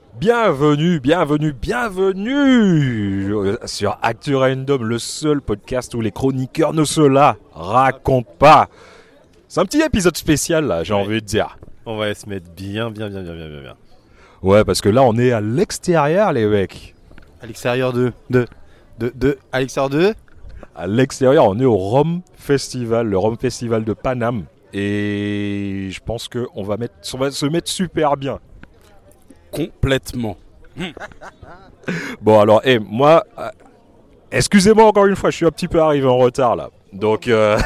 Bienvenue sur Actu Random, le seul podcast où les chroniqueurs ne se la racontent pas. C'est un petit épisode spécial là, j'ai envie de dire. On va se mettre bien. Ouais, parce que là on est à l'extérieur les mecs. À l'extérieur à l'extérieur de À l'extérieur, on est au Rome Festival, le Rome Festival de Paname. Et je pense qu'on va se mettre super bien. Complètement. Bon alors, moi, excusez-moi encore une fois, je suis un petit peu arrivé en retard là. Donc,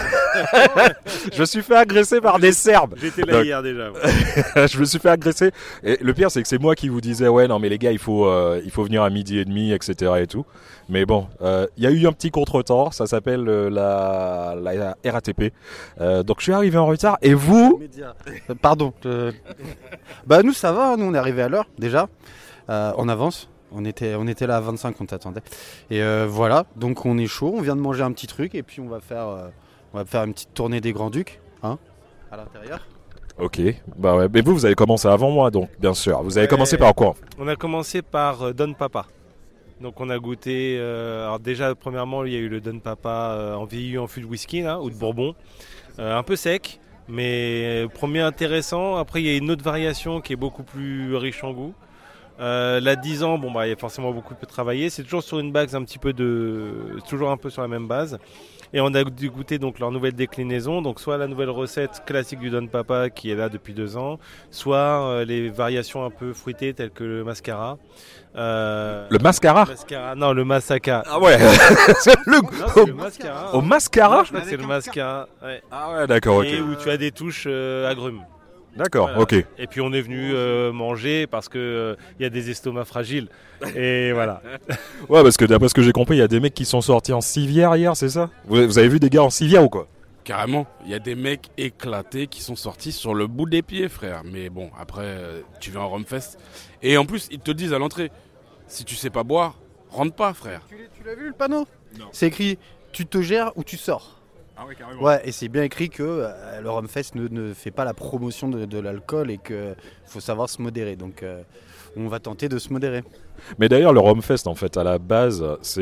je me suis fait agresser par des Serbes. J'étais là hier déjà. Je me suis fait agresser. Et le pire, c'est que c'est moi qui vous disais, ouais, non mais les gars, il faut venir à 12h30, etc. et tout. Mais bon, il y a eu un petit contretemps, ça s'appelle la RATP. Donc je suis arrivé en retard. Et vous ? Pardon. Bah nous ça va, nous on est arrivé à l'heure déjà. On avance. On était là à 25, on t'attendait. Et voilà, donc on est chaud, on vient de manger un petit truc et puis on va faire une petite tournée des Grands-Ducs, hein, à l'intérieur. Ok, bah ouais, mais vous avez commencé avant moi donc, bien sûr. Vous avez commencé par quoi ? On a commencé par Don Papa. Donc on a goûté, alors déjà premièrement il y a eu le Don Papa en vieilli en fût de whisky là, ou de bourbon, un peu sec, mais premier intéressant. Après il y a une autre variation qui est beaucoup plus riche en goût. La 10 ans, il y a forcément beaucoup de travailler. C'est toujours sur une base toujours un peu sur la même base. Et on a goûté donc leur nouvelle déclinaison, donc soit la nouvelle recette classique du Don Papa qui est là depuis 2 ans, soit les variations un peu fruitées telles que le mascara. Le mascara ? Non, le massaka. Ah ouais. C'est le mascara. Au mascara ? Je crois que c'est le mascara. Ouais. Ah ouais, d'accord, ok. Et où tu as des touches agrumes. D'accord, Voilà. ok. Et puis on est venu manger parce que y a des estomacs fragiles. Et voilà. Ouais, parce que d'après ce que j'ai compris, il y a des mecs qui sont sortis en civière hier, c'est ça ? Vous avez vu des gars en civière ou quoi ? Carrément, il y a des mecs éclatés qui sont sortis sur le bout des pieds, frère. Mais bon, après, tu viens en Rumfest. Et en plus, ils te disent à l'entrée, si tu sais pas boire, rentre pas, frère. Tu l'as vu le panneau ? Non. C'est écrit, tu te gères ou tu sors. Ah ouais, carrément. Ouais, et c'est bien écrit que le Rumfest ne fait pas la promotion de l'alcool et qu'il faut savoir se modérer. Donc on va tenter de se modérer. Mais d'ailleurs, le Rumfest, en fait, à la base, c'est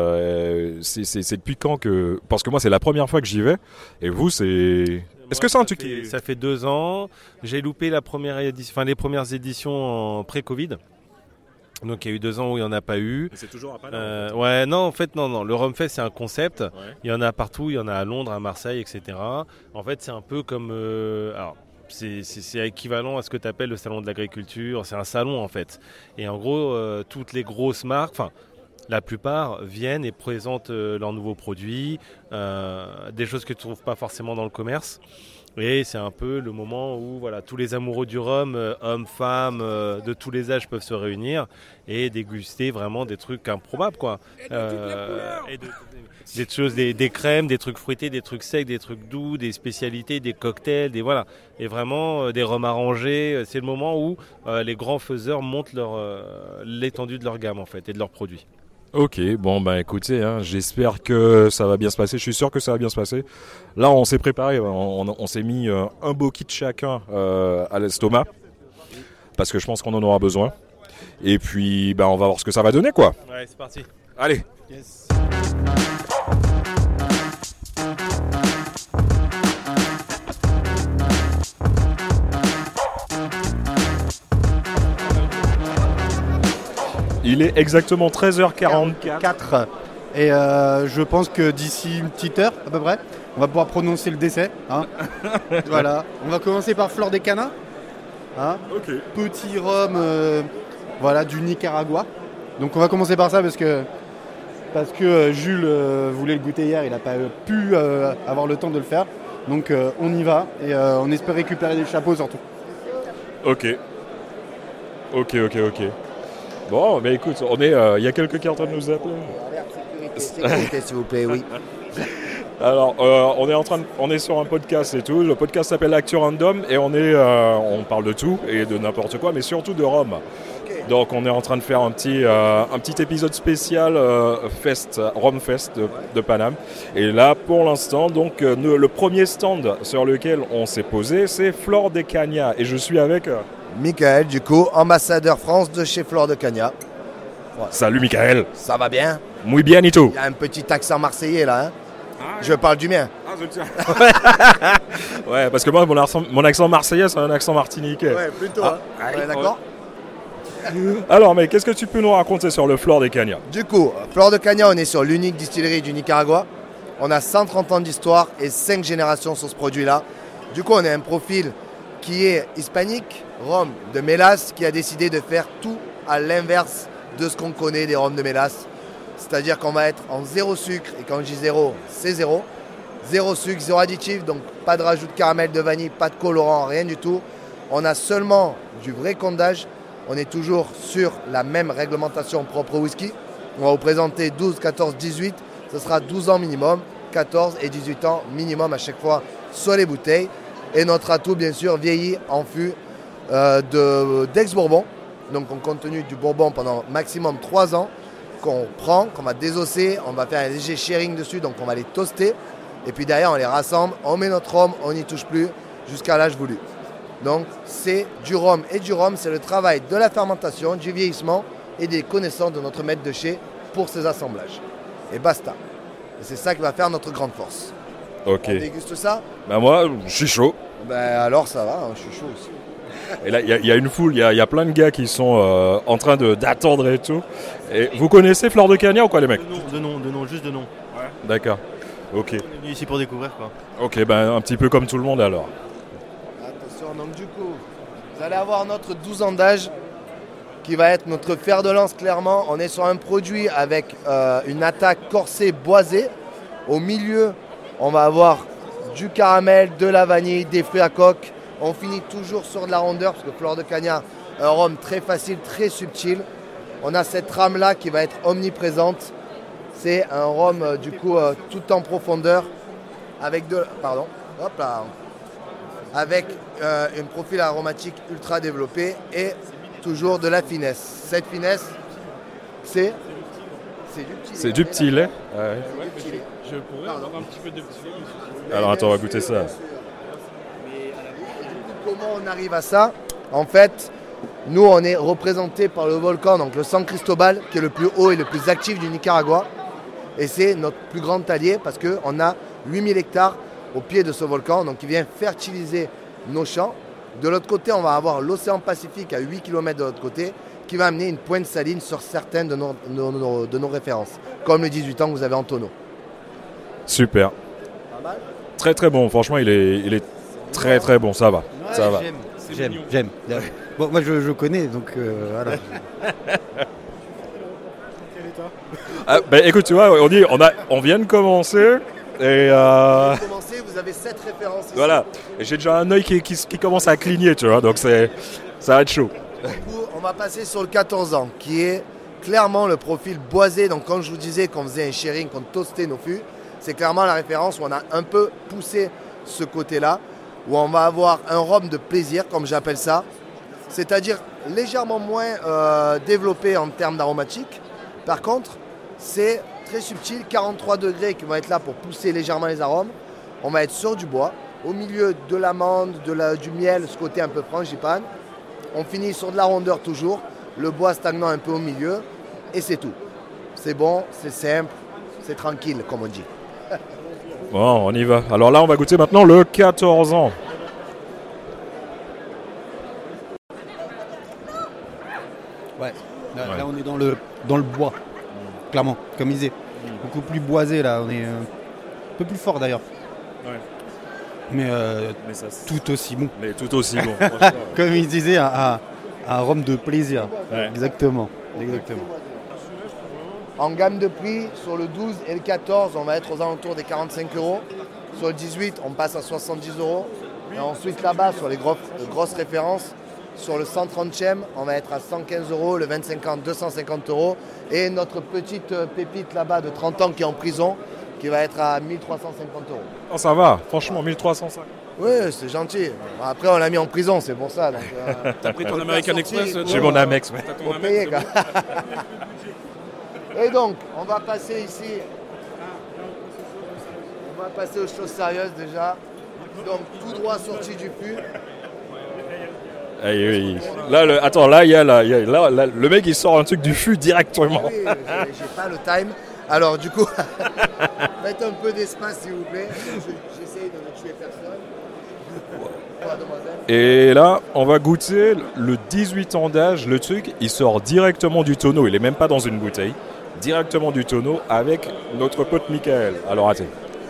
depuis quand que... Parce que moi, c'est la première fois que j'y vais. Et vous, c'est... Est-ce que c'est un truc qui... Ça fait 2 ans. J'ai loupé les premières éditions en pré-Covid. Donc il y a eu 2 ans où il n'y en a pas eu. C'est toujours à Paname. Ouais, non, en fait, non. Le Rumfest, c'est un concept. Ouais. Il y en a partout. Il y en a à Londres, à Marseille, etc. En fait, c'est un peu comme... alors, c'est équivalent à ce que tu appelles le salon de l'agriculture. C'est un salon, en fait. Et en gros, toutes les grosses marques... Enfin, la plupart viennent et présentent leurs nouveaux produits, des choses que tu ne trouves pas forcément dans le commerce. Et c'est un peu le moment où voilà, tous les amoureux du rhum, hommes, femmes, de tous les âges peuvent se réunir et déguster vraiment des trucs improbables, quoi. Des choses, des crèmes, des trucs fruités, des trucs secs, des trucs doux, des spécialités, des cocktails, voilà. Et vraiment des rhums arrangés. C'est le moment où les grands faiseurs montent l'étendue de leur gamme en fait et de leurs produits. Ok, bon bah écoutez, j'espère que ça va bien se passer, je suis sûr que ça va bien se passer. Là on s'est préparé, on s'est mis un beau kit chacun à l'estomac, parce que je pense qu'on en aura besoin. Et puis on va voir ce que ça va donner quoi. Ouais, c'est parti. Allez. Yes. Il est exactement 13h44. Et je pense que d'ici une petite heure à peu près, on va pouvoir prononcer le décès. Hein. Voilà. On va commencer par Flor de Cana. Hein. Ok. Petit rhum du Nicaragua. Donc on va commencer par ça parce que Jules voulait le goûter hier, il n'a pas pu avoir le temps de le faire. Donc on y va et on espère récupérer des chapeaux surtout. Ok. Bon, mais écoute, il y a quelqu'un qui est en train de nous appeler. Sécurité, s'il vous plaît, oui. Alors, on est sur un podcast et tout. Le podcast s'appelle Actu Random et on parle de tout et de n'importe quoi, mais surtout de rhum. Okay. Donc, on est en train de faire un petit épisode spécial Rhum Fest de Paname. Et là, pour l'instant, donc le premier stand sur lequel on s'est posé, c'est Flor de Cana. Et je suis avec Michael, du coup, ambassadeur France de chez Flore de Cagna. Salut Michael. Ça va bien? Muy bienito. Il y a un petit accent marseillais là. Hein. Je parle du mien. Ouais, parce que moi, mon accent marseillais, c'est un accent martiniquais. Ouais, plutôt. Ah. Ouais, d'accord. Alors, mais qu'est-ce que tu peux nous raconter sur le Flore de Cagna? Du coup, Flore de Cagna, on est sur l'unique distillerie du Nicaragua. On a 130 ans d'histoire et 5 générations sur ce produit-là. Du coup, on a un profil qui est hispanique, rhum de mélasse, qui a décidé de faire tout à l'inverse de ce qu'on connaît des rhums de mélasse. C'est-à-dire qu'on va être en zéro sucre, et quand je dis zéro, c'est zéro. Zéro sucre, zéro additif, donc pas de rajout de caramel, de vanille, pas de colorant, rien du tout. On a seulement du vrai condage. On est toujours sur la même réglementation propre au whisky. On va vous présenter 12, 14, 18. Ce sera 12 ans minimum, 14 et 18 ans minimum à chaque fois sur les bouteilles. Et notre atout, bien sûr, vieilli en fût d'ex-bourbon. Donc on continue du bourbon pendant maximum 3 ans. Qu'on prend, qu'on va désosser. On va faire un léger sharing dessus, donc on va les toaster. Et puis derrière, on les rassemble. On met notre rhum, on n'y touche plus jusqu'à l'âge voulu. Donc c'est du rhum et du rhum, c'est le travail de la fermentation, du vieillissement et des connaissances de notre maître de chez pour ces assemblages. Et basta. Et c'est ça qui va faire notre grande force. Ok. On déguste ça? Ben moi, je suis chaud. Ben alors ça va, hein, je suis chaud aussi. Et là, il y a une foule, il y a plein de gars qui sont en train d'attendre et tout. Et vous connaissez Flore de Cagna ou quoi les mecs? De nom, juste de nom. Ouais. D'accord. Ok. On est venu ici pour découvrir quoi. Ok, ben un petit peu comme tout le monde alors. Attention, donc du coup, vous allez avoir notre 12 ans d'âge qui va être notre fer de lance clairement. On est sur un produit avec une attaque corsée boisée. Au milieu, on va avoir du caramel, de la vanille, des fruits à coque. On finit toujours sur de la rondeur parce que Flore de Cagna, un rhum très facile, très subtil. On a cette rame là qui va être omniprésente. C'est un rhum du coup tout en profondeur avec avec un profil aromatique ultra développé et toujours de la finesse. Cette finesse, c'est du petit lait. C'est du petit lait. Ouais. Je pourrais avoir un petit peu de petit lait. Alors attends, on va goûter ça. Comment on arrive à ça? En fait, nous on est représenté par le volcan, donc le San Cristobal, qui est le plus haut et le plus actif du Nicaragua. Et c'est notre plus grand allié parce qu'on a 8000 hectares au pied de ce volcan, donc qui vient fertiliser nos champs. De l'autre côté, on va avoir l'océan Pacifique à 8 km de l'autre côté, qui va amener une pointe saline sur certaines de nos références, comme le 18 ans que vous avez en tonneau. Super. Pas mal. Très très bon, franchement il est très très bon, ça va. Ouais, Ça va. J'aime. Bon, moi je connais, donc voilà. Ah, ben écoute, tu vois, on vient de commencer et Pour commencer, vous avez 7 références ici. voilà. Et j'ai déjà un œil qui commence à cligner, tu vois, donc ça va être chaud. Du coup, on va passer sur le 14 ans, qui est clairement le profil boisé. Donc, quand je vous disais qu'on faisait un sharing, qu'on toastait nos fûts, c'est clairement la référence où on a un peu poussé ce côté-là, où on va avoir un rhum de plaisir, comme j'appelle ça, c'est-à-dire légèrement moins développé en termes d'aromatique. Par contre, c'est très subtil, 43 degrés qui vont être là pour pousser légèrement les arômes. On va être sur du bois, au milieu de l'amande, du miel, ce côté un peu frangipane. On finit sur de la rondeur toujours, le bois stagnant un peu au milieu, et c'est tout. C'est bon, c'est simple, c'est tranquille, comme on dit. Bon, on y va. Alors là, on va goûter maintenant le 14 ans. Ouais. Là, on est dans le bois, clairement, comme il disait. Beaucoup plus boisé là, on est un peu plus fort d'ailleurs. Ouais. Mais ça, tout aussi bon. Mais tout aussi bon. Comme il disait, un rhum de plaisir. Ouais. Exactement. En gamme de prix, sur le 12 et le 14, on va être aux alentours des 45 €. Sur le 18, on passe à 70 €. Et ensuite là-bas, sur les grosses références, sur le 130e, on va être à 115 €, le 20-50, 250 €. Et notre petite pépite là-bas de 30 ans qui est en prison, qui va être à 1350 €. Oh, ça va, franchement, 1305. Oui, c'est gentil. Après, on l'a mis en prison, c'est pour ça. Donc, T'as pris ton American Express? J'ai mon Amex, ouais. T'as ton faut Amex, payer, c'est quoi. bon. Et donc, on va passer ici. On va passer aux choses sérieuses déjà. Donc, tout droit sorti du fût. Oui. Là, le mec il sort un truc du fût directement. Oui, j'ai pas le time. Alors du coup, mettez un peu d'espace s'il vous plaît. J'essaye de ne tuer personne. Et là, on va goûter le 18 ans d'âge. Le truc, il sort directement du tonneau. Il est même pas dans une bouteille. Directement du tonneau avec notre pote Michael. Alors attends.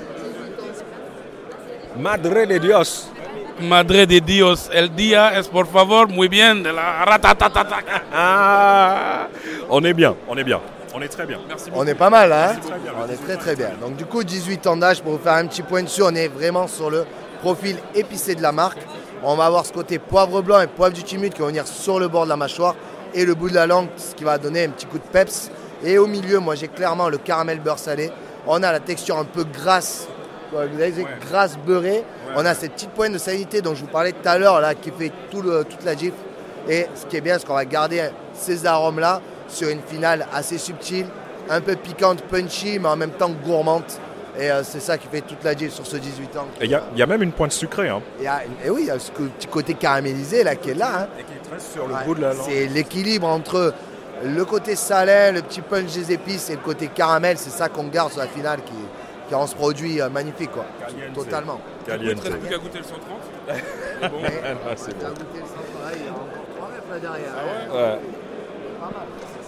Madre de Dios. Madre de Dios, el día es por favor muy bien de la ratatatata. Ah, on est bien. On est très bien. Merci beaucoup. On est pas mal, hein. On est très très bien. Donc du coup, 18 ans d'âge, pour vous faire un petit point dessus, on est vraiment sur le profil épicé de la marque. On va avoir ce côté poivre blanc et poivre du timut qui vont venir sur le bord de la mâchoire et le bout de la langue, ce qui va donner un petit coup de peps. Et au milieu, moi j'ai clairement le caramel beurre salé. On a la texture un peu grasse, vous avez dit, grasse beurrée. On a cette petite pointe de salinité dont je vous parlais tout à l'heure là, qui fait toute la gifle. Et ce qui est bien, c'est qu'on va garder ces arômes-là sur une finale assez subtile, un peu piquante, punchy, mais en même temps gourmande. Et c'est ça qui fait toute la gifle sur ce 18 ans. Et il y a même une pointe sucrée. Hein. Et oui, il y a ce petit côté caramélisé là, qui est là. Hein. Et qui reste sur le bout de la langue. C'est l'équilibre entre le côté salin, le petit punch des épices et le côté caramel. C'est ça qu'on garde sur la finale qui rend ce produit magnifique. Quoi. Caliente. Totalement. Il ne reste plus qu'à goûter le 130. Mais, c'est on a bon. goûté le centre, il y a encore 3 mètres là derrière. Ouais. Pas mal.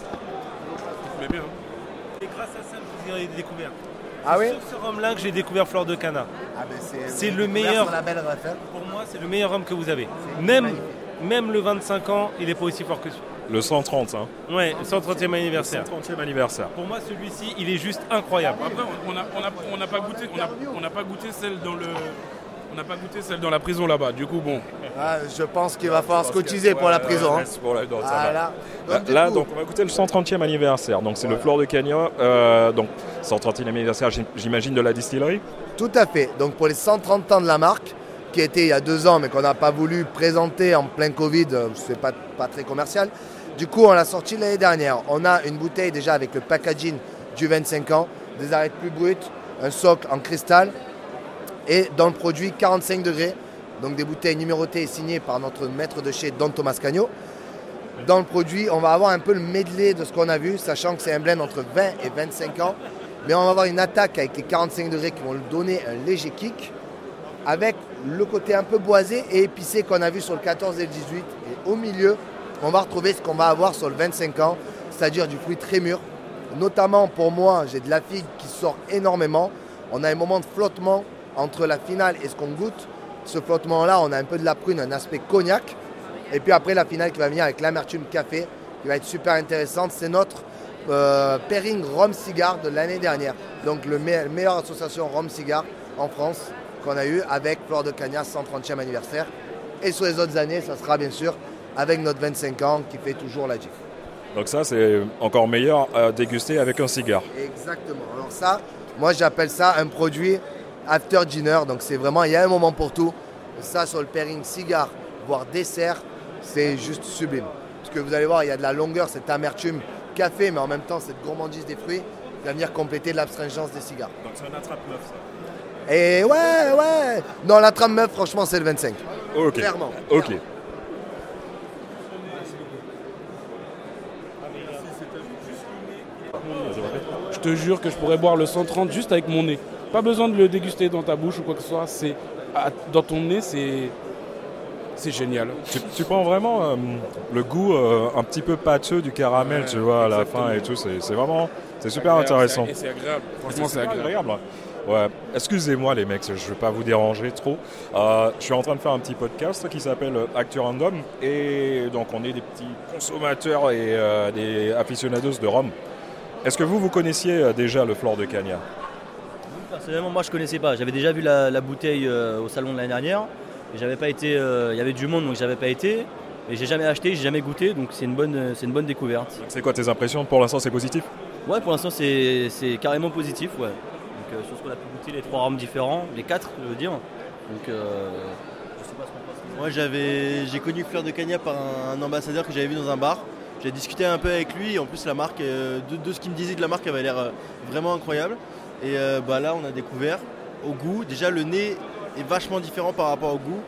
Mais bien. Et grâce à ça, je vous ai découvert. Ah oui. Sur ce rhum-là que j'ai découvert Fleur de Cana. Ah ben C'est le meilleur. La belle ref, Pour moi, c'est le meilleur rhum que vous avez. magnifique. Même le 25 ans, il n'est pas aussi fort que celui. Le 130. Hein. Ouais, le 130e anniversaire. 130e anniversaire. Pour moi, celui-ci, il est juste incroyable. Après, on n'a pas goûté, on n'a pas goûté celle dans le. On n'a pas goûté celle dans la prison là-bas. Du coup, bon. Ah, je pense qu'il va falloir se cotiser pour la prison. Hein. Ah, là. Donc on va goûter le 130e anniversaire. Donc c'est le Fleur de Cana. Donc 130e anniversaire, j'imagine, de la distillerie. Tout à fait. Donc pour les 130 ans de la marque, qui était il y a 2 ans, mais qu'on n'a pas voulu présenter en plein Covid, c'est pas très commercial. Du coup, on l'a sorti l'année dernière. On a une bouteille déjà avec le packaging du 25 ans, des arêtes plus brutes, un socle en cristal et dans le produit 45 degrés. Donc des bouteilles numérotées et signées par notre maître de chez Don Tomás Caño. Dans le produit, on va avoir un peu le medley de ce qu'on a vu, sachant que c'est un blend entre 20 et 25 ans. Mais on va avoir une attaque avec les 45 degrés qui vont lui donner un léger kick, avec le côté un peu boisé et épicé qu'on a vu sur le 14 et le 18. Et au milieu, on va retrouver ce qu'on va avoir sur le 25 ans, c'est-à-dire du fruit très mûr. Notamment pour moi, j'ai de la figue qui sort énormément. On a un moment de flottement entre la finale et ce qu'on goûte. Ce flottement-là, on a un peu de la prune, un aspect cognac. Et puis après, la finale qui va venir avec l'amertume café, qui va être super intéressante. C'est notre pairing rhum-cigare de l'année dernière. Donc la meilleure association rhum-cigare en France qu'on a eu avec Fleur de Cana 130e anniversaire. Et sur les autres années, ça sera bien sûr avec notre 25 ans qui fait toujours la gif. Donc ça, c'est encore meilleur à déguster avec un cigare. Exactement. Alors ça, moi j'appelle ça un produit after dinner. Donc c'est vraiment, il y a un moment pour tout. Ça sur le pairing cigare, voire dessert, c'est juste sublime. Parce que vous allez voir, il y a de la longueur, cette amertume café, mais en même temps cette gourmandise des fruits qui va venir compléter l'astringence des cigares. Donc c'est un attrape-neuf ça. Et ouais. Non, la trame meuf, franchement, c'est le 25. Ok. Clairement. Ok. Je te jure que je pourrais boire le 130 juste avec mon nez. Pas besoin de le déguster dans ta bouche ou quoi que ce soit. Dans ton nez, c'est génial. Tu prends vraiment le goût un petit peu pâteux du caramel, Ouais, tu vois, à la exactement. fin et tout. C'est vraiment, c'est super intéressant. Et c'est agréable. Franchement, c'est agréable. Ouais. Excusez-moi les mecs, je ne vais pas vous déranger trop. Je suis en train de faire un petit podcast qui s'appelle Actu Random et donc on est des petits consommateurs et des aficionados de rhum. Est-ce que vous connaissiez déjà le Fleur de Cana? Personnellement, moi je connaissais pas. J'avais déjà vu la bouteille au salon de l'année dernière. Et j'avais pas été. Il y avait du monde donc j'avais pas été. Et j'ai jamais acheté, j'ai jamais goûté, donc c'est une bonne découverte. C'est quoi tes impressions? Pour l'instant, c'est positif? Ouais, pour l'instant c'est carrément positif, ouais. Donc sur ce qu'on a pu goûter, les 3 rhums différents, les 4 je veux dire. Donc je sais pas ce qu'on pense. Moi j'ai connu Fleur de Cana par un ambassadeur que j'avais vu dans un bar. J'ai discuté un peu avec lui, en plus la marque, de ce qu'il me disait de la marque avait l'air vraiment incroyable. Et là on a découvert au goût, déjà le nez est vachement différent par rapport au goût.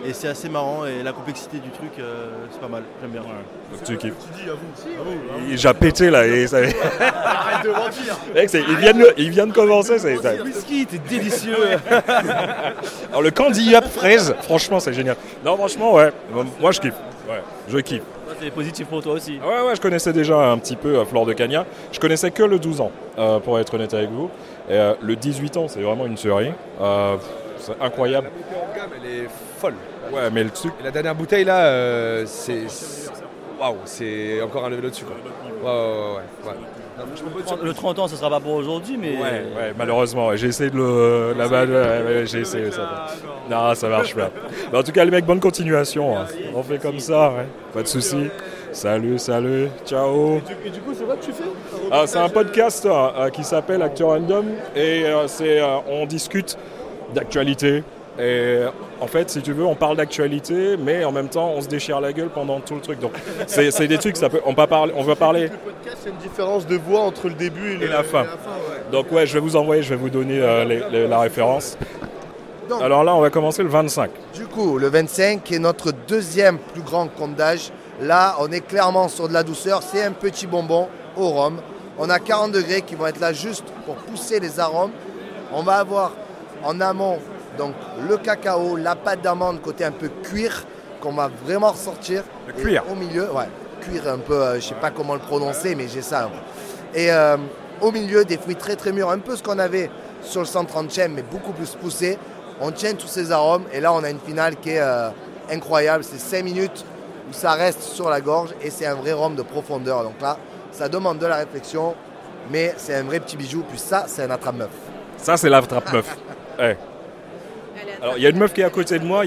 et c'est assez marrant et la complexité du truc c'est pas mal, j'aime bien. Donc tu kiffes. Tu dis à vous. Il a pété là et ça... Arrête de mentir. Mec, il vient de commencer. Le whisky était délicieux. Alors le candy up fraise, franchement c'est génial. Non franchement ouais, moi je kiffe. Ouais, je kiffe. C'est positif pour toi aussi. Ouais, je connaissais déjà un petit peu Flor de Cagna. Je connaissais que le 12 ans, pour être honnête avec vous. Et, le 18 ans, c'est vraiment une tuerie. C'est incroyable. La montée en gamme, elle est folle. Ouais, mais le truc... Et la dernière bouteille là, waouh, c'est encore un level au-dessus quoi. Ouais. Le 30 ans, ça sera pas pour aujourd'hui, mais. Ouais, malheureusement. J'ai essayé de j'ai essayé ça. Non, ça marche pas. Mais en tout cas, les mecs, bonne continuation. Hein. On fait comme ça, ouais. Pas de soucis. Salut, ciao. Et du coup, c'est quoi que tu fais? C'est un podcast qui s'appelle Acteur Random et on discute d'actualité. Et en fait, si tu veux, on parle d'actualité, mais en même temps, on se déchire la gueule pendant tout le truc. Donc, c'est des trucs, on va parler. Le podcast, c'est une différence de voix entre le début et la fin. Ouais. Donc, ouais, je vais vous donner la référence. Donc, alors là, on va commencer le 25. Du coup, le 25 qui est notre deuxième plus grand compte d'âge. Là, on est clairement sur de la douceur. C'est un petit bonbon au rhum. On a 40 degrés qui vont être là juste pour pousser les arômes. On va avoir en amont donc le cacao, la pâte d'amande côté un peu cuir qu'on va vraiment ressortir. Le cuir. Et au milieu, ouais, cuir un peu, je sais pas comment le prononcer, mais j'ai ça. Et au milieu, des fruits très très mûrs, un peu ce qu'on avait sur le 130e, mais beaucoup plus poussé. On tient tous ces arômes et là on a une finale qui est incroyable. C'est 5 minutes où ça reste sur la gorge et c'est un vrai rhum de profondeur. Donc là, ça demande de la réflexion, mais c'est un vrai petit bijou. Puis ça, c'est un attrape-meuf. Ça, c'est l'attrape-meuf. Ouais. Alors, il y a une meuf qui est à côté de moi,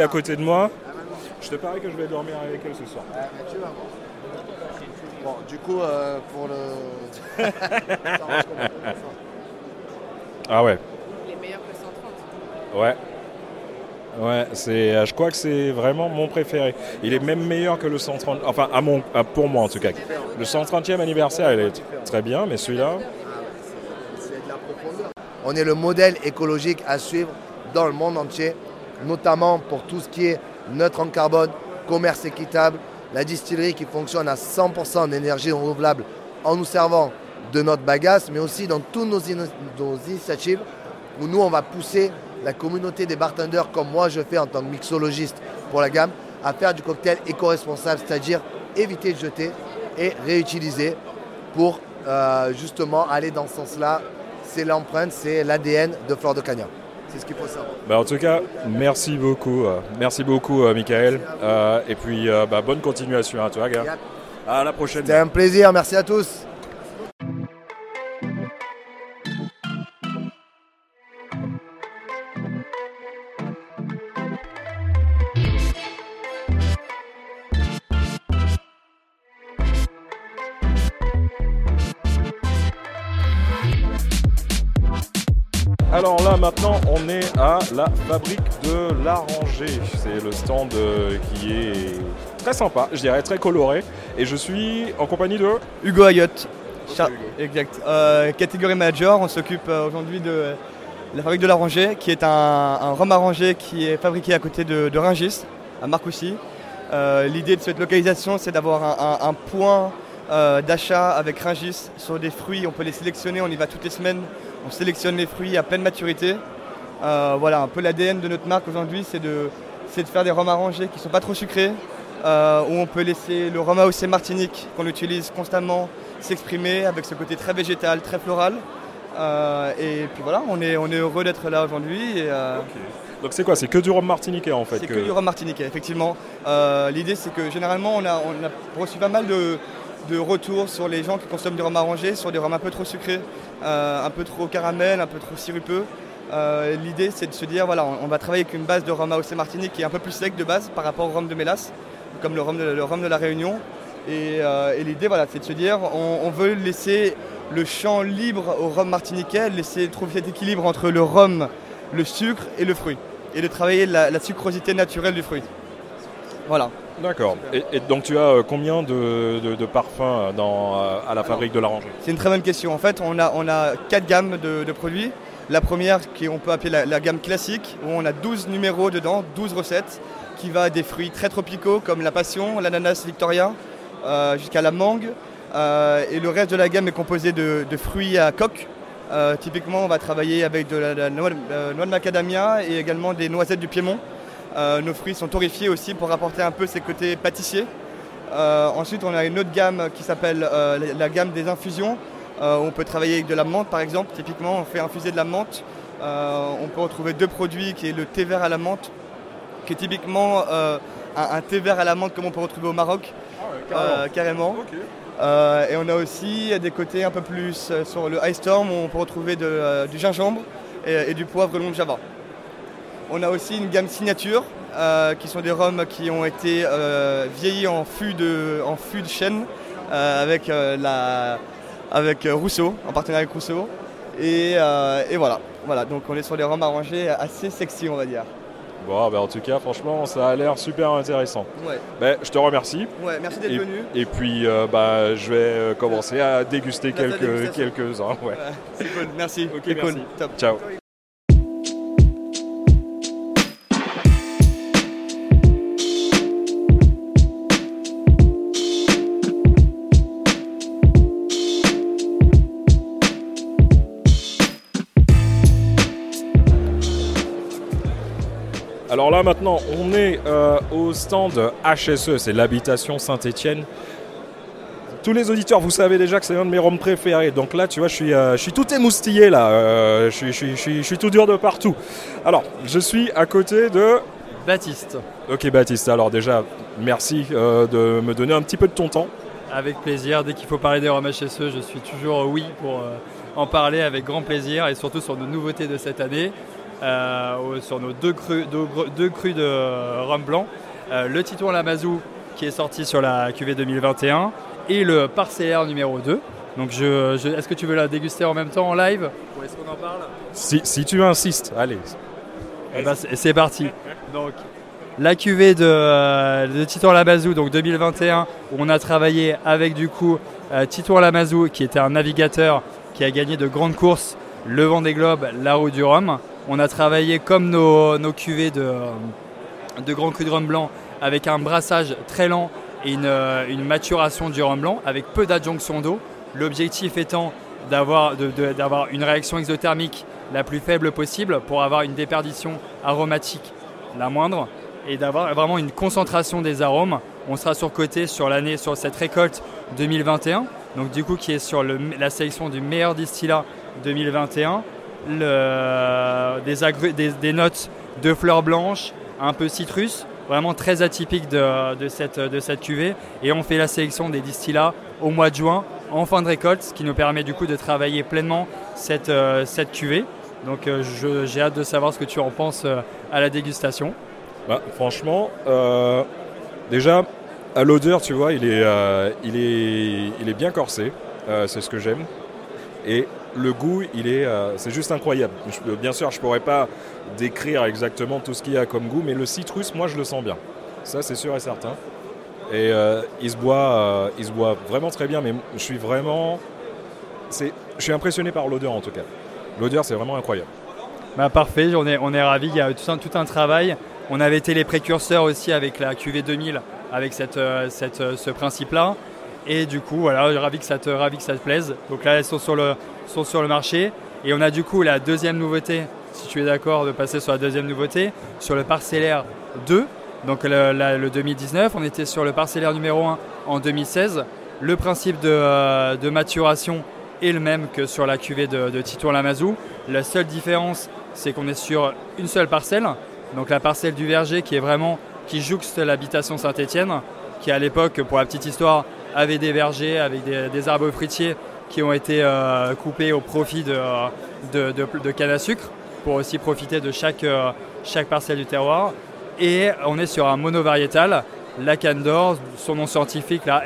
Je te parie que je vais dormir avec elle ce soir. Tu vas voir. Bon, du coup, pour le... Ah ouais. Il est meilleur que le 130. Ouais, je crois que c'est vraiment mon préféré. Il est même meilleur que le 130, enfin pour moi en tout cas. Le 130e anniversaire, il est très bien, mais celui-là... C'est de la profondeur. On est le modèle écologique à suivre dans le monde entier, notamment pour tout ce qui est neutre en carbone, commerce équitable, la distillerie qui fonctionne à 100% d'énergie renouvelable en nous servant de notre bagasse, mais aussi dans toutes nos initiatives où nous on va pousser la communauté des bartenders, comme moi je fais en tant que mixologiste pour la gamme, à faire du cocktail éco-responsable, c'est-à-dire éviter de jeter et réutiliser pour justement aller dans ce sens-là. C'est l'empreinte, c'est l'ADN de Flor de Cagna. C'est ce qu'il faut savoir. En tout cas, merci beaucoup, Michael. Et puis, bonne continuation à toi, gars. Yep. À la prochaine. C'était un plaisir, merci à tous. Alors là maintenant on est à la fabrique de l'Arranger. C'est le stand qui est très sympa, je dirais très coloré. Et je suis en compagnie de Hugo Ayotte. Exact. Catégorie manager, on s'occupe aujourd'hui de la fabrique de l'Arranger, qui est un rhum arrangé qui est fabriqué à côté de Rungis, à Marcoussis. L'idée de cette localisation, c'est d'avoir un point d'achat avec Rungis sur des fruits. On peut les sélectionner, on y va toutes les semaines. On sélectionne les fruits à pleine maturité. Voilà, un peu l'ADN de notre marque aujourd'hui, c'est de faire des rhums arrangés qui ne sont pas trop sucrés, où on peut laisser le rhum AOC Martinique, qu'on utilise constamment, s'exprimer avec ce côté très végétal, très floral. Et puis voilà, on est heureux d'être là aujourd'hui. Okay. Donc c'est quoi? C'est que du rhum martiniquais en fait? C'est que du rhum martiniquais, effectivement. L'idée c'est que généralement on a reçu pas mal de retours sur les gens qui consomment du rhum arrangé, sur des rhums un peu trop sucrés, un peu trop caramel, un peu trop sirupeux. L'idée c'est de se dire voilà, on va travailler avec une base de rhum AOC Martinique qui est un peu plus sec de base par rapport au rhum de mélasse, comme le rhum de la Réunion. Et l'idée voilà, c'est de se dire on veut laisser le champ libre au rhum martiniquais, laisser trouver cet équilibre entre le rhum, le sucre et le fruit, et de travailler la sucrosité naturelle du fruit. Voilà. D'accord. Et donc tu as combien de parfums à la fabrique de l'Arranger? C'est une très bonne question. En fait, on a 4 gammes de produits. La première, on peut appeler la gamme classique, où on a 12 numéros dedans, 12 recettes, qui va des fruits très tropicaux comme la passion, l'ananas Victoria, jusqu'à la mangue. Et le reste de la gamme est composé de fruits à coque. Typiquement, on va travailler avec de la noix de macadamia et également des noisettes du Piémont. Nos fruits sont torréfiés aussi pour apporter un peu ces côtés pâtissiers. Ensuite, on a une autre gamme qui s'appelle la gamme des infusions. On peut travailler avec de la menthe par exemple. Typiquement, on fait infuser de la menthe. On peut retrouver 2 produits qui est le thé vert à la menthe, qui est typiquement un thé vert à la menthe comme on peut retrouver au Maroc. Carrément. Okay. Et on a aussi des côtés un peu plus sur le Ice Storm où on peut retrouver du gingembre et du poivre long de Java. On a aussi une gamme signature qui sont des rhums qui ont été vieillis en fût de chêne avec Rousseau, en partenariat avec Rousseau. Et voilà, donc on est sur des rhums arrangés assez sexy, on va dire. Bon, en tout cas, franchement, ça a l'air super intéressant. Ouais. Je te remercie. Ouais, merci d'être venu. Et puis, je vais commencer à déguster quelques-uns. Ouais. C'est cool, merci. Ok, c'est merci. Cool. Top. Ciao. Alors là maintenant on est au stand HSE, c'est l'habitation Saint-Étienne. Tous les auditeurs, vous savez déjà que c'est un de mes rhums préférés. Donc là tu vois je suis tout émoustillé là, je suis tout dur de partout. Alors je suis à côté de Baptiste. Ok Baptiste, alors déjà merci de me donner un petit peu de ton temps. Avec plaisir, dès qu'il faut parler des rhums HSE, je suis toujours oui pour en parler avec grand plaisir et surtout sur nos nouveautés de cette année. Sur nos deux crus de rhum blanc, le Titouan Lamazou qui est sorti sur la cuvée 2021 et le Parcellaire numéro 2. Donc est-ce que tu veux la déguster en même temps en live ou est-ce qu'on en parle ? Si tu insistes, allez. C'est parti. Donc la cuvée de Titouan Lamazou, donc 2021, où on a travaillé avec du coup Titouan Lamazou qui était un navigateur qui a gagné de grandes courses, le Vendée Globe, la Route du Rhum. On a travaillé comme nos cuvées de grands crus de rhum blanc avec un brassage très lent et une maturation du rhum blanc avec peu d'adjonction d'eau. L'objectif étant d'avoir une réaction exothermique la plus faible possible pour avoir une déperdition aromatique la moindre et d'avoir vraiment une concentration des arômes. On sera surcoté sur cette récolte 2021, donc du coup qui est sur la sélection du meilleur distillat 2021. Des notes de fleurs blanches, un peu citrus, vraiment très atypique de cette cuvée. Et on fait la sélection des distillats au mois de juin, en fin de récolte, ce qui nous permet du coup de travailler pleinement cette cuvée. Donc j'ai hâte de savoir ce que tu en penses à la dégustation. Franchement, déjà à l'odeur, tu vois, il est bien corsé, c'est ce que j'aime. Et le goût, c'est juste incroyable. Bien sûr, je ne pourrais pas décrire exactement tout ce qu'il y a comme goût, mais le citrus, moi, je le sens bien. Ça, c'est sûr et certain. Et il se boit vraiment très bien, mais je suis impressionné par l'odeur en tout cas. L'odeur, c'est vraiment incroyable. Parfait, on est ravis. Il y a tout un travail. On avait été les précurseurs aussi avec la cuvée 2000, avec ce principe-là. Et du coup, voilà, ravi que ça te plaise. Donc là, elles sont sur le marché. Et on a du coup la deuxième nouveauté, si tu es d'accord de passer sur la deuxième nouveauté, sur le Parcellaire 2. Donc le 2019, on était sur le Parcellaire numéro 1 en 2016. Le principe de maturation est le même que sur la cuvée de Titouan Lamazou. La seule différence, c'est qu'on est sur une seule parcelle. Donc la parcelle du verger qui jouxte l'habitation Saint-Étienne, qui à l'époque, pour la petite histoire, avait des vergers avec des arbres fruitiers qui ont été coupés au profit de canne à sucre pour aussi profiter de chaque parcelle du terroir. Et on est sur un monovariétal, la canne d'or, son nom scientifique, la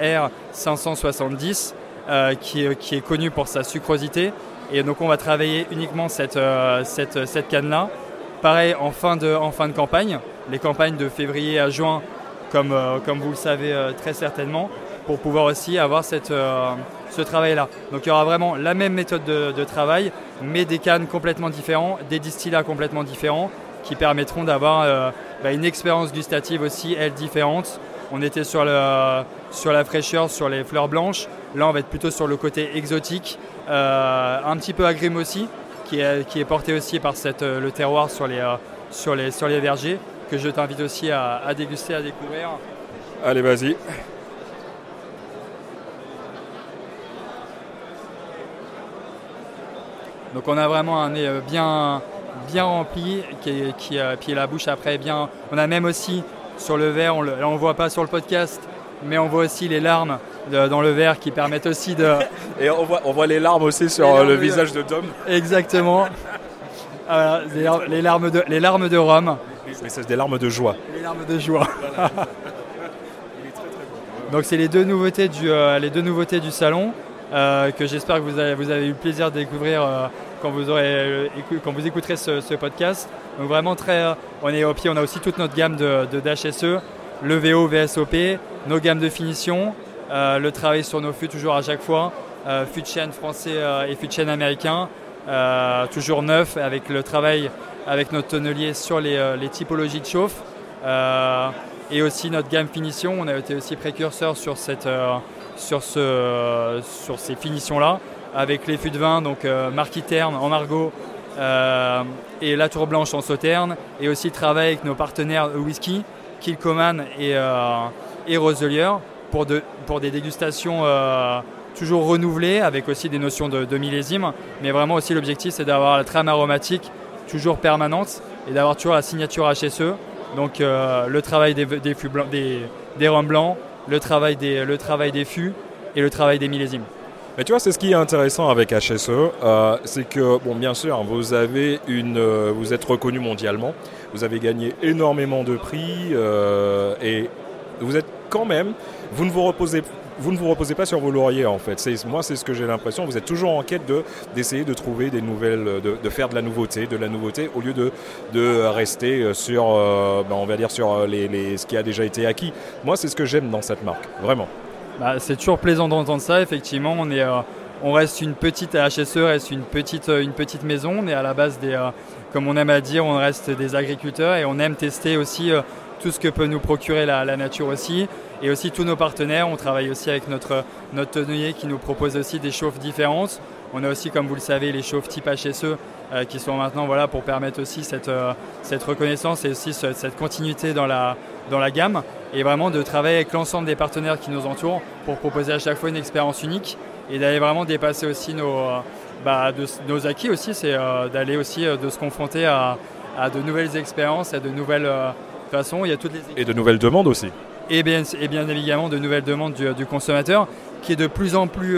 R570, qui est connue pour sa sucrosité. Et donc on va travailler uniquement cette canne-là. Pareil en fin de campagne, les campagnes de février à juin, comme vous le savez très certainement, pour pouvoir aussi avoir ce travail-là. Donc il y aura vraiment la même méthode de travail, mais des cannes complètement différentes, des distillats complètement différents, qui permettront d'avoir une expérience gustative aussi, elle, différente. On était sur la fraîcheur, sur les fleurs blanches. Là, on va être plutôt sur le côté exotique, un petit peu agrumes aussi, qui est porté aussi par le terroir sur les vergers, que je t'invite aussi à déguster, à découvrir. Allez, vas-y. Donc on a vraiment un nez bien rempli, qui a la bouche après bien. On a même aussi sur le verre, on ne voit pas sur le podcast, mais on voit aussi les larmes dans le verre qui permettent aussi de... Et on voit les larmes aussi sur le visage de Dom. Exactement. Voilà, les larmes de rhum. Mais c'est des larmes de joie. Les larmes de joie. Donc c'est les deux nouveautés du salon que j'espère que vous avez eu le plaisir de découvrir quand vous écouterez ce podcast. Donc vraiment on est au pied, on a aussi toute notre gamme d'HSE, le VO, VSOP, nos gammes de finition, le travail sur nos fûts toujours à chaque fois, fûts de chêne français et fûts de chêne américains, toujours neuf avec le travail avec notre tonnelier sur les typologies de chauffe. Et aussi notre gamme finition, on a été aussi précurseur sur ces finitions-là, avec les fûts de vin, donc Marquiterne en Margaux et La Tour Blanche en Sauterne, et aussi travail avec nos partenaires whisky, Kilchoman et Roselier, pour des dégustations toujours renouvelées, avec aussi des notions de millésime, mais vraiment aussi l'objectif c'est d'avoir la trame aromatique toujours permanente et d'avoir toujours la signature HSE. Donc le travail des fûts blancs, des rhums blancs, le travail des fûts et le travail des millésimes. Mais tu vois, c'est ce qui est intéressant avec HSE, c'est que, bon, bien sûr, vous êtes reconnu mondialement, vous avez gagné énormément de prix et vous êtes quand même, vous ne vous reposez pas sur vos lauriers en fait. Moi, c'est ce que j'ai l'impression. Vous êtes toujours en quête d'essayer de trouver des nouvelles, de faire de la nouveauté au lieu de rester sur, on va dire sur ce qui a déjà été acquis. Moi, c'est ce que j'aime dans cette marque, vraiment. C'est toujours plaisant d'entendre ça. Effectivement, on reste une petite HSE, reste une petite maison. On est à la base comme on aime à dire, on reste des agriculteurs et on aime tester aussi tout ce que peut nous procurer la nature aussi. Et aussi tous nos partenaires, on travaille aussi avec notre tonnelier qui nous propose aussi des chauffes différentes. On a aussi, comme vous le savez, les chauffes type HSE qui sont maintenant pour permettre aussi cette reconnaissance et aussi cette continuité dans la gamme. Et vraiment de travailler avec l'ensemble des partenaires qui nous entourent pour proposer à chaque fois une expérience unique et d'aller vraiment dépasser aussi nos acquis aussi. C'est d'aller aussi de se confronter à de nouvelles expériences, à de nouvelles façons. Il y a toutes les... Et de nouvelles demandes aussi. Et bien évidemment de nouvelles demandes du consommateur qui est de plus en plus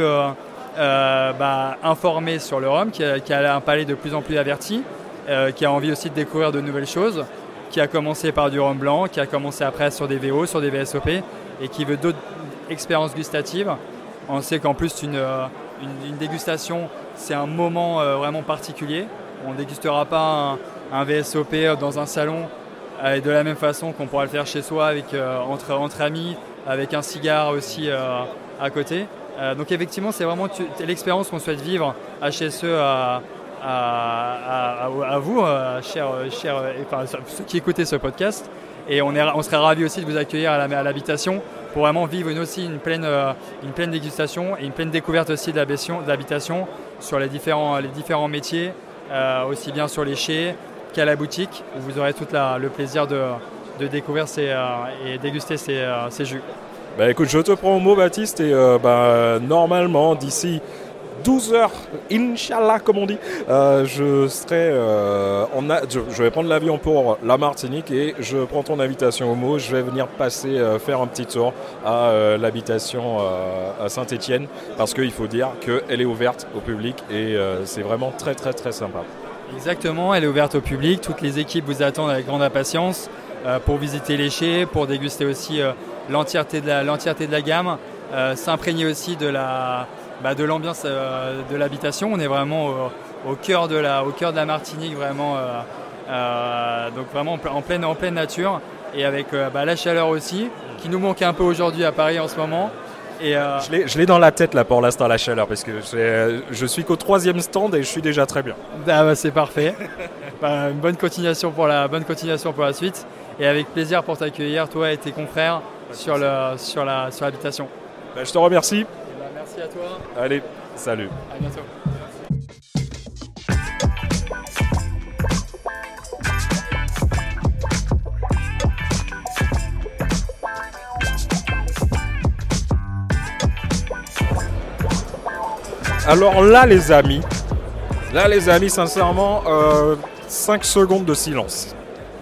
informé sur le rhum, qui a un palais de plus en plus averti, qui a envie aussi de découvrir de nouvelles choses, qui a commencé par du rhum blanc, qui a commencé après sur des VO, sur des VSOP et qui veut d'autres expériences gustatives. On sait qu'en plus une dégustation c'est un moment vraiment particulier. On ne dégustera pas un VSOP dans un salon de la même façon qu'on pourra le faire chez soi entre amis, avec un cigare aussi à côté. Donc effectivement, c'est vraiment l'expérience qu'on souhaite vivre HSE à vous, chers ceux qui écoutez ce podcast. Et on serait ravis aussi de vous accueillir à l'habitation pour vraiment vivre une pleine dégustation et une pleine découverte aussi de l'habitation sur les différents métiers, aussi bien sur les chais qu'à la boutique, où vous aurez tout le plaisir de découvrir et déguster ces jus. Écoute, je te prends au mot, Baptiste, et normalement, d'ici 12 heures, Inch'Allah, comme on dit, je vais prendre l'avion pour la Martinique et je prends ton invitation au mot. Je vais venir faire un petit tour à l'habitation à Saint-Étienne, parce qu'il faut dire qu'elle est ouverte au public et c'est vraiment très très très sympa. Exactement, elle est ouverte au public. Toutes les équipes vous attendent avec grande impatience pour visiter les chais, pour déguster aussi l'entièreté de la gamme, s'imprégner aussi de l'ambiance de l'habitation. On est vraiment au cœur de la Martinique, vraiment, donc vraiment en pleine nature et avec la chaleur aussi, qui nous manque un peu aujourd'hui à Paris en ce moment. Et je l'ai dans la tête là pour l'instant, la chaleur, parce que je suis qu'au 3e stand et je suis déjà très bien. C'est parfait. Une bonne continuation pour la suite. et avec plaisir pour t'accueillir, toi et tes confrères, sur l'habitation. Je te remercie. Merci à toi. Allez, salut. À bientôt. Alors là les amis, sincèrement, 5 secondes de silence.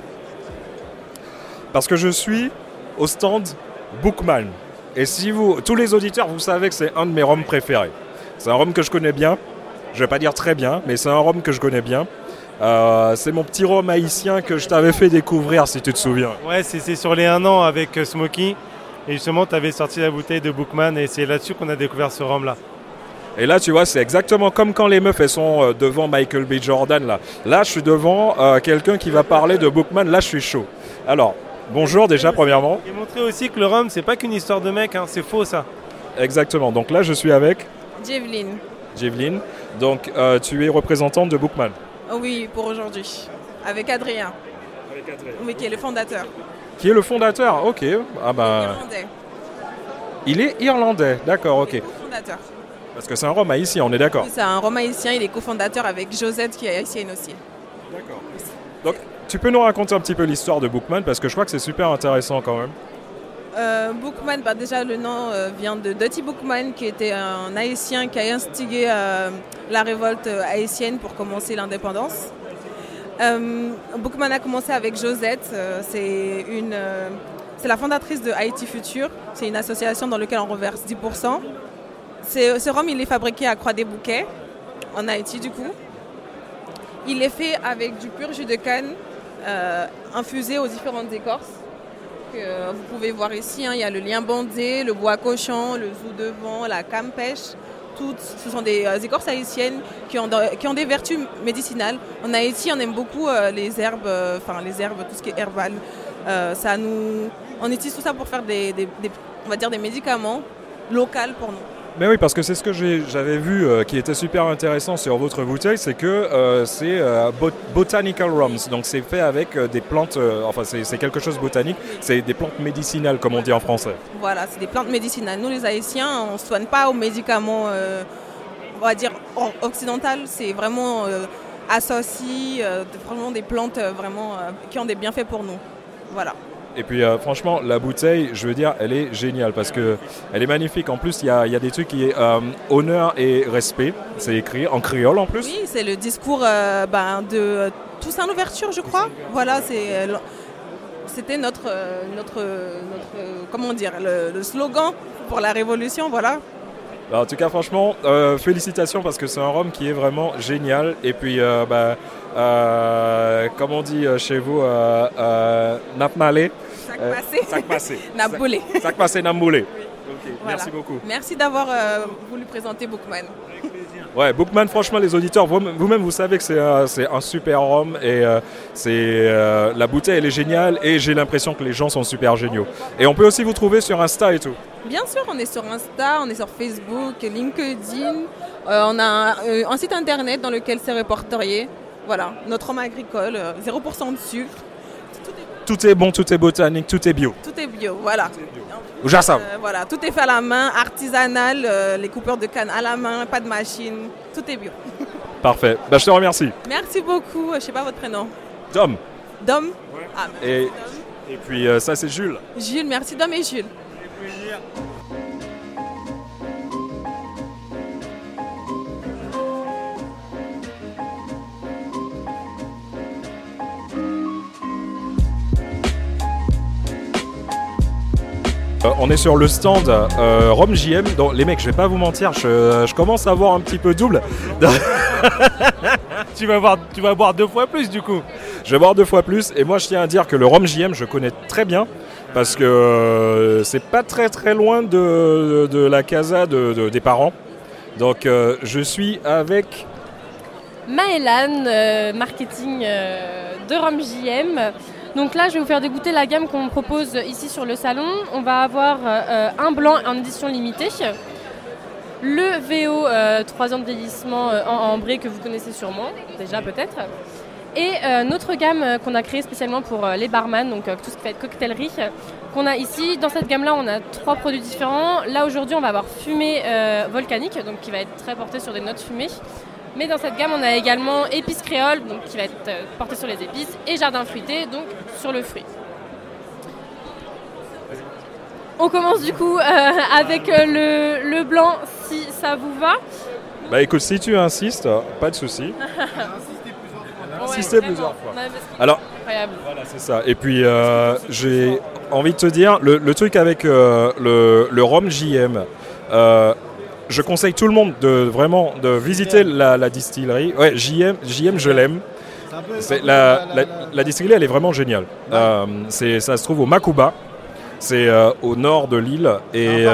Parce que je suis au stand Bookman. Et si tous les auditeurs, vous savez que c'est un de mes rhums préférés. C'est un rhum que je connais bien, je vais pas dire très bien, mais c'est un rhum que je connais bien. C'est mon petit rhum haïtien que je t'avais fait découvrir, si tu te souviens. Ouais, c'est sur les 1 an avec Smokey. Et justement, tu avais sorti la bouteille de Bookman et c'est là-dessus qu'on a découvert ce rhum-là. Et là, tu vois, c'est exactement comme quand les meufs, elles sont devant Michael B. Jordan. Là je suis devant quelqu'un qui va parler de Bookman. Là, je suis chaud. Alors, bonjour déjà, premièrement. Et montrer aussi que le rhum, c'est pas qu'une histoire de mec, hein, c'est faux ça. Exactement. Donc là, je suis avec Jeveline. Donc, tu es représentante de Bookman. Oui, pour aujourd'hui. Avec Adrien. Oui, qui est le fondateur. Qui est le fondateur? Ok. Ah ben. Irlandais. Il est irlandais. D'accord, ok. Fondateur. Parce que c'est un rhum haïtien, on est d'accord. Oui, c'est un rhum haïtien, il est cofondateur avec Josette qui est haïtienne aussi. D'accord. Donc, tu peux nous raconter un petit peu l'histoire de Bookman parce que je crois que c'est super intéressant quand même. Bookman, déjà le nom vient de Dutty Bookman qui était un haïtien qui a instigé la révolte haïtienne pour commencer l'indépendance. Bookman a commencé avec Josette, c'est la fondatrice de Haïti Futur, c'est une association dans laquelle on reverse 10%. Ce rhum, il est fabriqué à Croix-des-Bouquets, en Haïti du coup. Il est fait avec du pur jus de canne, infusé aux différentes écorces. Que vous pouvez voir ici, il y a le lien bandé, le bois cochon, le zou de vent, la campèche. Toutes, ce sont des écorces haïtiennes qui ont des vertus médicinales. En Haïti, on aime beaucoup les herbes, tout ce qui est herbal. On utilise tout ça pour faire des médicaments locaux pour nous. Mais oui, parce que c'est ce que j'avais vu qui était super intéressant sur votre bouteille, c'est que c'est botanical rums, donc c'est fait avec des plantes, c'est quelque chose de botanique, c'est des plantes médicinales comme on dit en français. Voilà, c'est des plantes médicinales. Nous les Haïtiens, on ne soigne pas aux médicaments, on va dire occidentaux, c'est vraiment associé, vraiment des plantes qui ont des bienfaits pour nous. Voilà. Et puis franchement, la bouteille, je veux dire, elle est géniale parce qu'elle est magnifique. En plus, il y a des trucs qui est honneur et respect. C'est écrit en créole en plus. Oui, c'est le discours de Toussaint Louverture, je crois. Voilà, c'était notre comment dire, le slogan pour la Révolution, voilà. En tout cas, franchement, félicitations parce que c'est un rhum qui est vraiment génial. Et puis, comme on dit chez vous, napmalé. Sac passé. Naboulé. Sac passé, naboulé. Oui. Okay, voilà. Merci beaucoup. Merci d'avoir voulu présenter Bookman. Ouais, Bookman, franchement, les auditeurs, vous-même, vous savez que c'est un super rhum et la bouteille, elle est géniale et j'ai l'impression que les gens sont super géniaux. Et on peut aussi vous trouver sur Insta et tout. Bien sûr, on est sur Insta, on est sur Facebook, LinkedIn. On a un site internet dans lequel c'est répertorié. Voilà, notre rhum agricole, 0% de sucre. Tout est bon, tout est botanique, tout est bio. Tout est bio, voilà. Voilà, tout est fait à la main, artisanal, les coupeurs de canne à la main, pas de machine, tout est bio. Parfait, je te remercie. Merci beaucoup, je ne sais pas votre prénom. Dom. Dom. Ouais. Ah, et puis ça c'est Jules. Jules, merci Dom et Jules. Avec plaisir. On est sur le stand Rhum JM. Donc, les mecs, je vais pas vous mentir, je commence à voir un petit peu double. Tu vas boire 2 fois plus du coup. Je vais boire 2 fois plus. Et moi, je tiens à dire que le Rhum JM, je connais très bien. Parce que c'est pas très très loin de la casa des parents. Donc, je suis avec Maëlan, marketing de Rhum JM. Donc là, je vais vous faire dégoûter la gamme qu'on propose ici sur le salon. On va avoir un blanc en édition limitée, le VO 3 ans de vieillissement en ambré que vous connaissez sûrement, déjà peut-être. Et notre gamme qu'on a créée spécialement pour les barman, donc tout ce qui va être cocktaillerie, qu'on a ici. Dans cette gamme-là, on a 3 produits différents. Là, aujourd'hui, on va avoir fumée volcanique, donc qui va être très portée sur des notes fumées. Mais dans cette gamme, on a également épices créoles, donc qui va être portée sur les épices, et jardin fruité, donc sur le fruit. On commence du coup avec le blanc, si ça vous va. Bah écoute, si tu insistes, pas de souci. Insister plusieurs fois. Alors, voilà, c'est ça. Et puis, j'ai envie de te dire, le truc avec le rhum JM, je conseille tout le monde de visiter la distillerie. Ouais, JM, je l'aime. La distillerie, elle est vraiment géniale. Ça se trouve au Makuba. C'est au nord de l'île et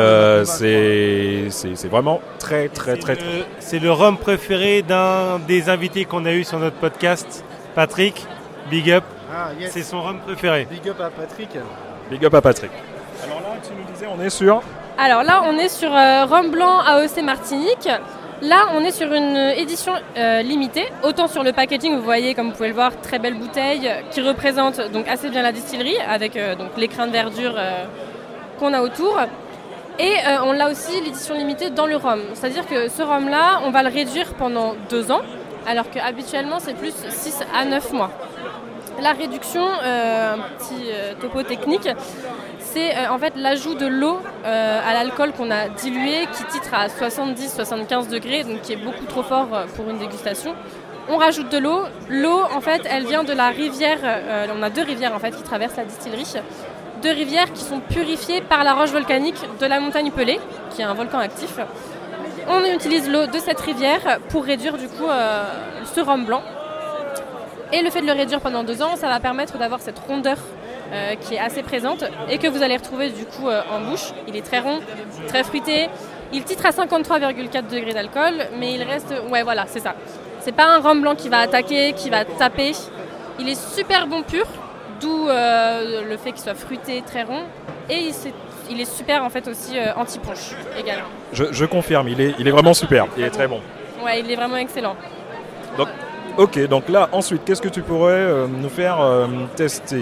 c'est vraiment très. C'est le rhum préféré d'un des invités qu'on a eu sur notre podcast, Patrick. Big up. C'est son rhum préféré. Big up à Patrick. Big up à Patrick. Alors là, tu nous disais, on est sur. Alors là, on est sur rhum blanc AOC Martinique. Là, on est sur une édition limitée. Autant sur le packaging, vous voyez, comme vous pouvez le voir, très belle bouteille qui représente donc assez bien la distillerie avec donc l'écrin de verdure qu'on a autour. Et on l'a aussi l'édition limitée dans le rhum. C'est-à-dire que ce rhum-là, on va le réduire pendant 2 ans, alors qu'habituellement, c'est plus 6 à 9 mois. La réduction, un petit topo technique, c'est en fait l'ajout de l'eau à l'alcool qu'on a dilué, qui titre à 70-75 degrés, donc qui est beaucoup trop fort pour une dégustation. On rajoute de l'eau. L'eau, en fait, elle vient de la rivière. On a 2 rivières en fait qui traversent la distillerie. 2 rivières qui sont purifiées par la roche volcanique de la montagne Pelée, qui est un volcan actif. On utilise l'eau de cette rivière pour réduire du coup ce rhum blanc. Et le fait de le réduire pendant 2 ans, ça va permettre d'avoir cette rondeur qui est assez présente et que vous allez retrouver du coup en bouche. Il est très rond, très fruité. Il titre à 53,4 degrés d'alcool, mais il reste... Ouais, voilà, c'est ça. C'est pas un rhum blanc qui va attaquer, qui va taper. Il est super bon pur, d'où le fait qu'il soit fruité, très rond. Et il est super en fait aussi anti-punch également. Je confirme, il est vraiment super, il est très bon. Ouais, il est vraiment excellent. Donc, ok, donc là, ensuite, qu'est-ce que tu pourrais nous faire tester ?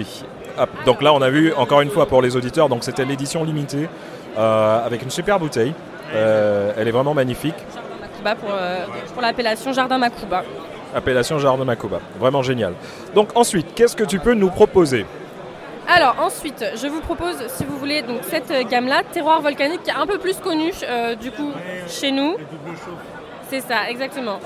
Donc là, on a vu, encore une fois, pour les auditeurs, donc c'était l'édition limitée, avec une super bouteille. Elle est vraiment magnifique. Pour l'appellation Jardin Makuba. Appellation Jardin Makuba, vraiment génial. Donc ensuite, qu'est-ce que tu peux nous proposer ? Alors ensuite, je vous propose, si vous voulez, donc cette gamme-là, Terroir Volcanique, qui est un peu plus connue, du coup, chez nous. C'est ça, exactement.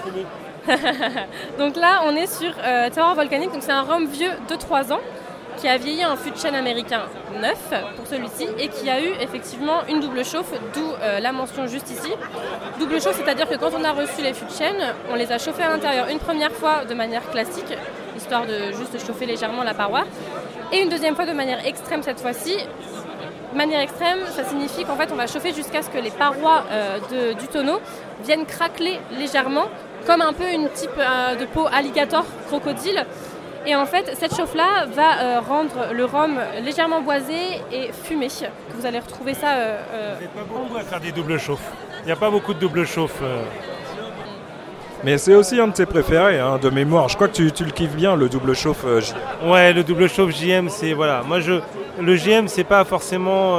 Donc là, on est sur Terroir Volcanique, donc c'est un rhum vieux de 3 ans qui a vieilli en fût de chêne américain neuf pour celui-ci et qui a eu effectivement une double chauffe, d'où la mention juste ici. Double chauffe, c'est-à-dire que quand on a reçu les fûts de chêne, on les a chauffés à l'intérieur une première fois de manière classique, histoire de juste chauffer légèrement la paroi, et une deuxième fois de manière extrême cette fois-ci. Manière extrême, ça signifie qu'en fait on va chauffer jusqu'à ce que les parois du tonneau viennent craqueler légèrement, comme un peu une type de peau alligator, crocodile. Et en fait, cette chauffe-là va rendre le rhum légèrement boisé et fumé. Vous allez retrouver ça... Vous n'êtes pas beaucoup à faire des doubles chauffes. Il n'y a pas beaucoup de doubles chauffes. Mais c'est aussi un de tes préférés, hein, de mémoire. Je crois que tu le kiffes bien, le double chauffe JM. Ouais, le double chauffe JM, c'est... Voilà. Moi, le JM, c'est pas forcément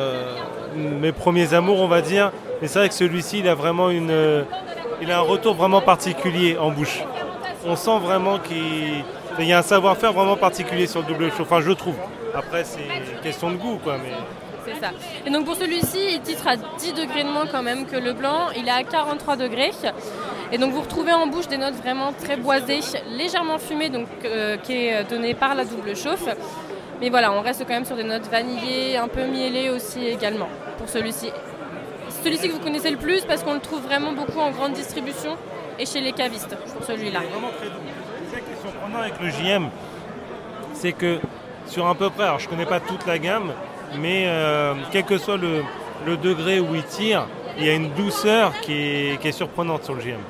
mes premiers amours, on va dire. Mais c'est vrai que celui-ci, il a vraiment il a un retour vraiment particulier en bouche. On sent vraiment qu'il y a un savoir-faire vraiment particulier sur le double chauffe. Enfin, je trouve. Après, c'est question de goût, quoi. Mais... C'est ça. Et donc pour celui-ci, il titre à 10 degrés de moins quand même que le blanc. Il est à 43 degrés. Et donc vous retrouvez en bouche des notes vraiment très boisées, légèrement fumées, donc qui est donnée par la double chauffe. Mais voilà, on reste quand même sur des notes vanillées, un peu mielées aussi également pour celui-ci. Celui-ci que vous connaissez le plus parce qu'on le trouve vraiment beaucoup en grande distribution et chez les cavistes pour celui-là. C'est vraiment très doux. C'est ça qui est surprenant avec le JM, c'est que sur à peu près, alors je connais pas toute la gamme, mais quel que soit le degré où il tire, il y a une douceur qui est surprenante sur le JM.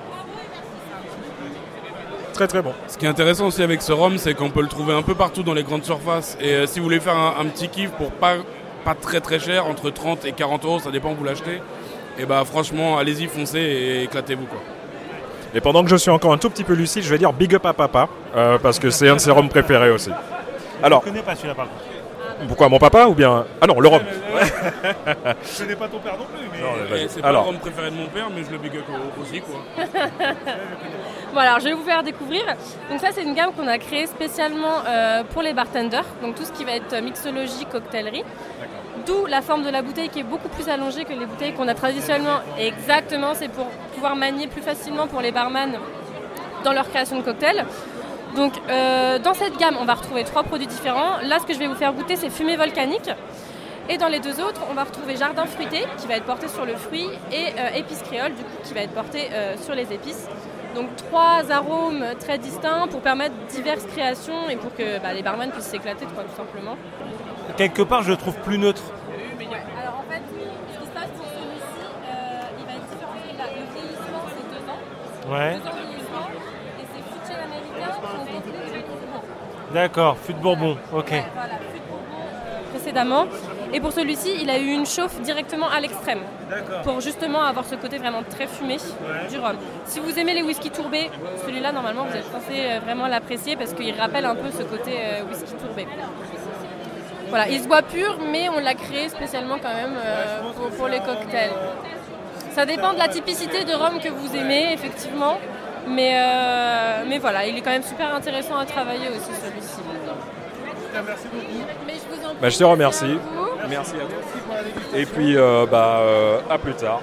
Très très bon. Ce qui est intéressant aussi avec ce rhum, c'est qu'on peut le trouver un peu partout dans les grandes surfaces. Et si vous voulez faire un petit kiff pour pas très très cher, entre 30 et 40 euros, ça dépend où vous l'achetez, et bah franchement, allez-y, foncez et éclatez-vous, quoi. Et pendant que je suis encore un tout petit peu lucide, je vais dire big up à papa, parce que c'est un de ses rhums préférés aussi. Alors, Je ne connais pas celui-là par contre. pourquoi mon papa ou bien... Ah non, le rhum. Je connais pas ton père non plus. Mais... C'est pas le rhum préféré de mon père, mais je le big up aussi, quoi. Bon, alors je vais vous faire découvrir. Donc ça, c'est une gamme qu'on a créée spécialement pour les bartenders. Donc tout ce qui va être mixologie, cocktailerie. D'où la forme de la bouteille qui est beaucoup plus allongée que les bouteilles qu'on a traditionnellement. Exactement, c'est pour pouvoir manier plus facilement pour les barman dans leur création de cocktails. Donc dans cette gamme, on va retrouver 3 produits différents. Là, ce que je vais vous faire goûter, c'est fumée volcanique. Et dans les 2 autres, on va retrouver jardin fruité, qui va être porté sur le fruit, et épices créoles, du coup, qui va être porté sur les épices. Donc 3 arômes très distincts pour permettre diverses créations et pour que les barman puissent s'éclater, tout simplement. Quelque part, je le trouve plus neutre. Alors en fait, ce qui se passe pour celui-ci, il va être différent. Le vieillissement, c'est 2 ans. Ouais. 2 ans de vieillissement. Et c'est fût de chêne américain qui ont contenu du fût de Bourbon. D'accord, fût de Bourbon, ok. Ouais, voilà, fût de Bourbon précédemment. Et pour celui-ci, il a eu une chauffe directement à l'extrême. D'accord. Pour justement avoir ce côté vraiment très fumé du rhum. Si vous aimez les whisky tourbés, celui-là, normalement, vous êtes censé vraiment l'apprécier parce qu'il rappelle un peu ce côté whisky tourbé. Voilà, il se boit pur, mais on l'a créé spécialement quand même pour les cocktails. Ça dépend de la typicité de rhum que vous aimez, effectivement. Mais voilà, il est quand même super intéressant à travailler aussi, celui-ci. Merci beaucoup. Mais je vous en prie, Je te remercie. Merci à toi. Et puis, à plus tard.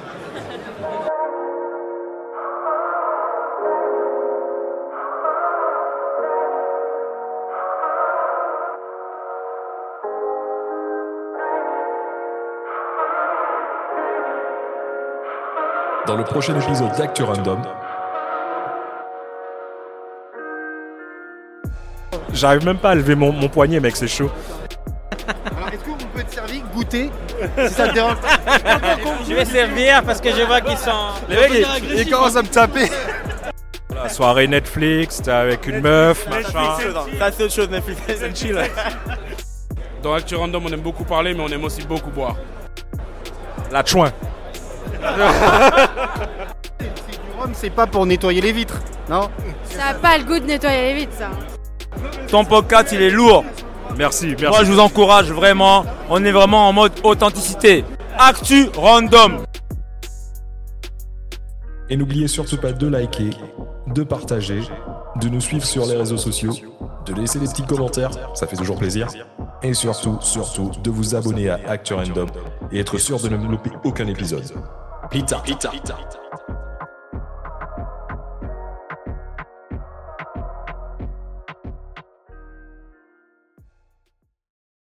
Dans le prochain épisode d'Actu Random, J'arrive même pas à lever mon poignet, mec, c'est chaud. Alors, est-ce qu'on peut te servir, goûter, si ça te dérange? Je vais servir parce que je vois qu'ils sont... Les mecs, ils commencent à me taper. La soirée Netflix, t'es avec une meuf, machin. Ça, c'est autre chose, Netflix and chill. Dans Actu Random, on aime beaucoup parler, mais on aime aussi beaucoup boire. La chouin. C'est du rhum, c'est pas pour nettoyer les vitres, non? Ça n'a pas le goût de nettoyer les vitres, ça. Ton podcast, il est lourd. Merci. Moi, je vous encourage vraiment. On est vraiment en mode authenticité. Actu Random. et n'oubliez surtout pas de liker, de partager, de nous suivre sur les réseaux sociaux, de laisser des petits commentaires, ça fait toujours plaisir, et surtout, de vous abonner à Actu Random et être sûr de ne louper aucun épisode. Pita.